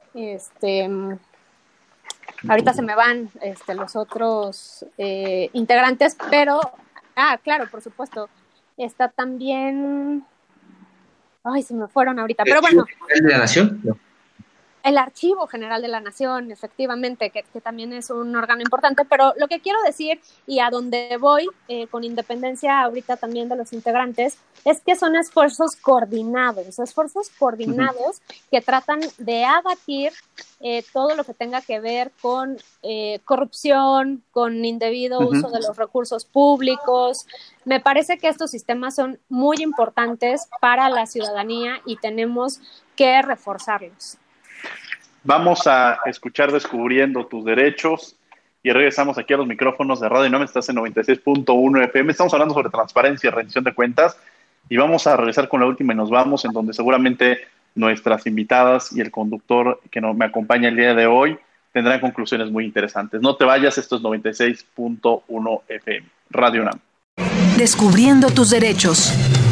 S11: ahorita se me van los otros integrantes, pero, claro, por supuesto, está también, se me fueron ahorita, pero bueno.
S6: ¿El de la Nación? No.
S11: El Archivo General de la Nación, efectivamente, que también es un órgano importante, pero lo que quiero decir, y a donde voy, con independencia ahorita también de los integrantes, es que son esfuerzos coordinados que tratan de abatir todo lo que tenga que ver con corrupción, con indebido uso de los recursos públicos. Me parece que estos sistemas son muy importantes para la ciudadanía y tenemos que reforzarlos.
S5: Vamos a escuchar Descubriendo tus Derechos y regresamos aquí a los micrófonos de Radio UNAM. Estás en 96.1 FM. Estamos hablando sobre transparencia y rendición de cuentas y vamos a regresar con la última y nos vamos, en donde seguramente nuestras invitadas y el conductor que me acompaña el día de hoy tendrán conclusiones muy interesantes. No te vayas, esto es 96.1 FM, Radio UNAM.
S4: Descubriendo tus derechos.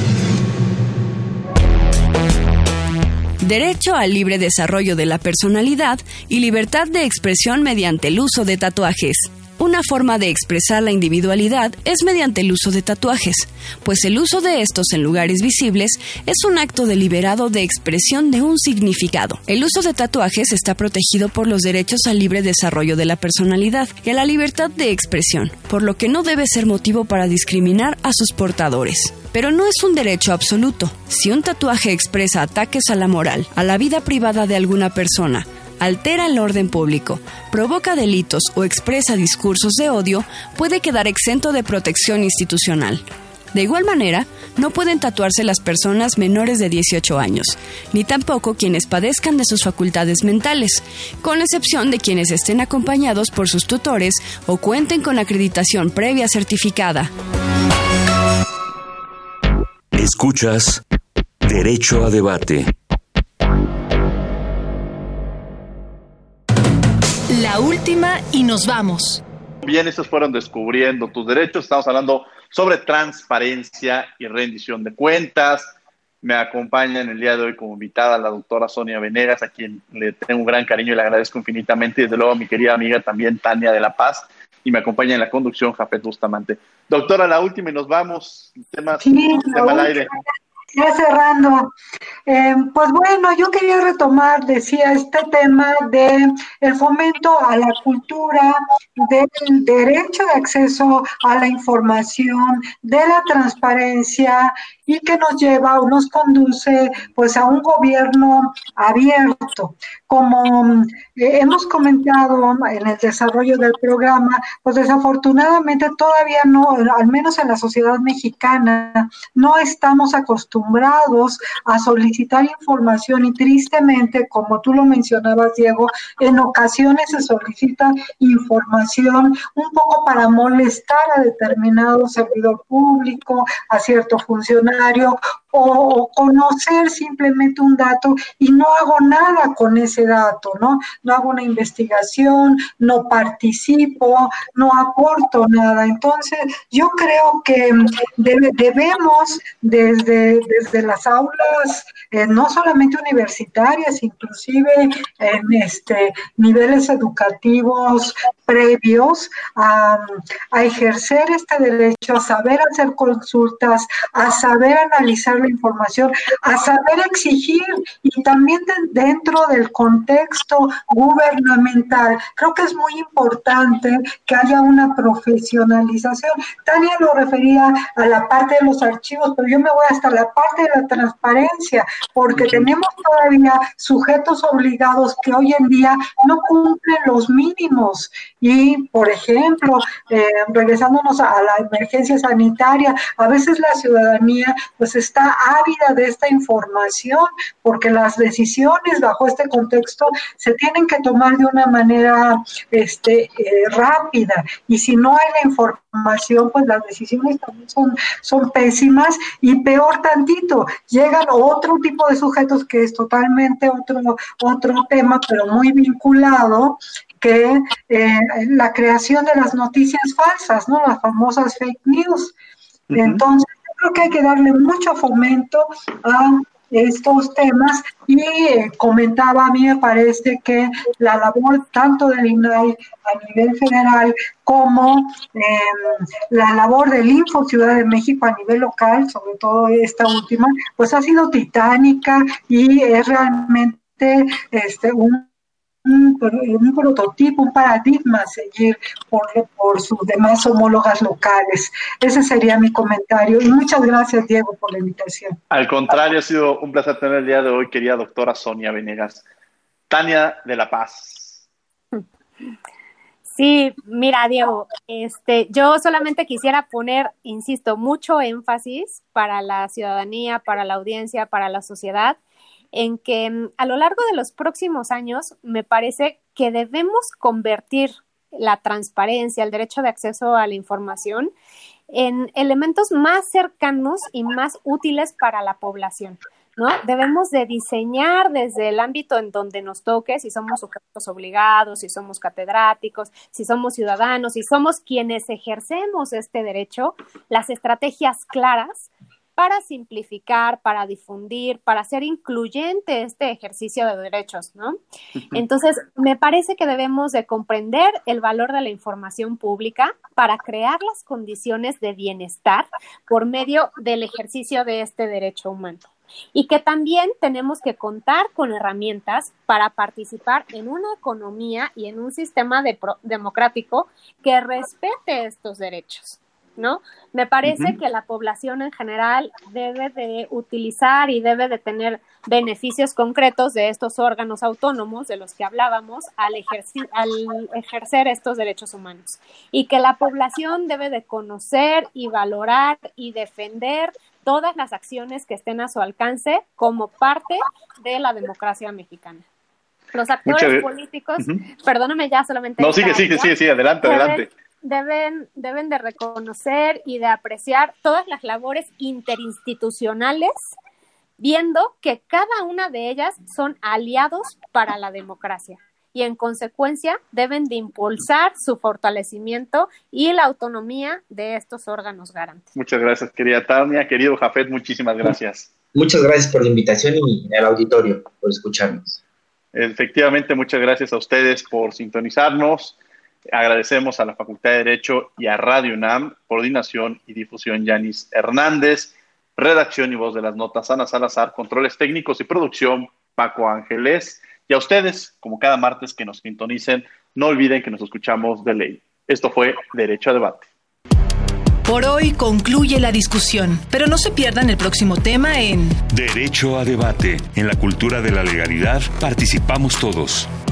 S4: Derecho al libre desarrollo de la personalidad y libertad de expresión mediante el uso de tatuajes. Una forma de expresar la individualidad es mediante el uso de tatuajes, pues el uso de estos en lugares visibles es un acto deliberado de expresión de un significado. El uso de tatuajes está protegido por los derechos al libre desarrollo de la personalidad y a la libertad de expresión, por lo que no debe ser motivo para discriminar a sus portadores. Pero no es un derecho absoluto. Si un tatuaje expresa ataques a la moral, a la vida privada de alguna persona, altera el orden público, provoca delitos o expresa discursos de odio, puede quedar exento de protección institucional. De igual manera, no pueden tatuarse las personas menores de 18 años, ni tampoco quienes padezcan de sus facultades mentales, con excepción de quienes estén acompañados por sus tutores o cuenten con acreditación previa certificada.
S3: Escuchas Derecho a Debate.
S4: La última y nos vamos.
S5: Bien, estos fueron Descubriendo tus Derechos. Estamos hablando sobre transparencia y rendición de cuentas. Me acompaña en el día de hoy como invitada la doctora Sonia Venegas, a quien le tengo un gran cariño y le agradezco infinitamente. Y desde luego a mi querida amiga también Tania de la Paz. Y me acompaña en la conducción Jafet Bustamante. Doctora, la última y nos vamos. Tema al aire.
S10: Ya cerrando, pues bueno, yo quería retomar, decía, este tema de el fomento a la cultura, del derecho de acceso a la información, de la transparencia y que nos lleva o nos conduce pues a un gobierno abierto. Como hemos comentado en el desarrollo del programa, pues desafortunadamente todavía no, al menos en la sociedad mexicana, no estamos acostumbrados a solicitar información y tristemente, como tú lo mencionabas, Diego, en ocasiones se solicita información un poco para molestar a determinado servidor público, a cierto funcionario, o conocer simplemente un dato y no hago nada con ese dato, ¿no? No hago una investigación, no participo, no aporto nada. Entonces, yo creo que debemos desde las aulas, no solamente universitarias, inclusive en niveles educativos previos, a ejercer este derecho, a saber hacer consultas, a saber analizar la información, a saber exigir y también dentro del contexto gubernamental. Creo que es muy importante que haya una profesionalización. Tania lo refería a la parte de los archivos, pero yo me voy hasta la parte de la transparencia, porque tenemos todavía sujetos obligados que hoy en día no cumplen los mínimos. Y, por ejemplo, regresándonos a la emergencia sanitaria, a veces la ciudadanía pues está ávida de esta información, porque las decisiones bajo este contexto se tienen que tomar de una manera rápida, y si no hay la información, pues las decisiones también son pésimas, y peor tantito, llegan otro tipo de sujetos que es totalmente otro tema, pero muy vinculado, que la creación de las noticias falsas, ¿no? Las famosas fake news. Uh-huh. Entonces, creo que hay que darle mucho fomento a estos temas y comentaba, a mí me parece que la labor tanto del INAI a nivel federal como la labor del Info Ciudad de México a nivel local, sobre todo esta última, pues ha sido titánica y es realmente un prototipo, un paradigma a seguir por sus demás homólogas locales. Ese sería mi comentario. Y muchas gracias, Diego, por la invitación.
S5: Al contrario, ha sido un placer tener el día de hoy, querida doctora Sonia Venegas. Tania de la Paz.
S11: Sí, mira, Diego, yo solamente quisiera poner, insisto, mucho énfasis para la ciudadanía, para la audiencia, para la sociedad, en que a lo largo de los próximos años me parece que debemos convertir la transparencia, el derecho de acceso a la información en elementos más cercanos y más útiles para la población, ¿no? Debemos de diseñar desde el ámbito en donde nos toque, si somos sujetos obligados, si somos catedráticos, si somos ciudadanos, si somos quienes ejercemos este derecho, las estrategias claras para simplificar, para difundir, para hacer incluyente este ejercicio de derechos, ¿no? Entonces, me parece que debemos de comprender el valor de la información pública para crear las condiciones de bienestar por medio del ejercicio de este derecho humano. Y que también tenemos que contar con herramientas para participar en una economía y en un sistema democrático que respete estos derechos, ¿no? Me parece que la población en general debe de utilizar y debe de tener beneficios concretos de estos órganos autónomos de los que hablábamos al ejercer estos derechos humanos, y que la población debe de conocer y valorar y defender todas las acciones que estén a su alcance como parte de la democracia mexicana. Los actores políticos, perdóname ya solamente.
S5: No, sigue, adelante.
S11: Deben de reconocer y de apreciar todas las labores interinstitucionales, viendo que cada una de ellas son aliados para la democracia, y en consecuencia deben de impulsar su fortalecimiento y la autonomía de estos órganos garantes.
S5: Muchas gracias, querida Tania. Querido Jafet, muchísimas gracias.
S6: Muchas gracias por la invitación y al auditorio por escucharnos.
S5: Efectivamente, muchas gracias a ustedes por sintonizarnos. Agradecemos a la Facultad de Derecho y a Radio UNAM, coordinación y difusión Yanis Hernández, redacción y voz de las notas Ana Salazar, controles técnicos y producción Paco Ángeles, y a ustedes, como cada martes que nos sintonicen, no olviden que nos escuchamos de ley. Esto fue Derecho a Debate.
S1: Por hoy concluye la discusión, pero no se pierdan el próximo tema en
S3: Derecho a debate. En la cultura de la legalidad participamos todos.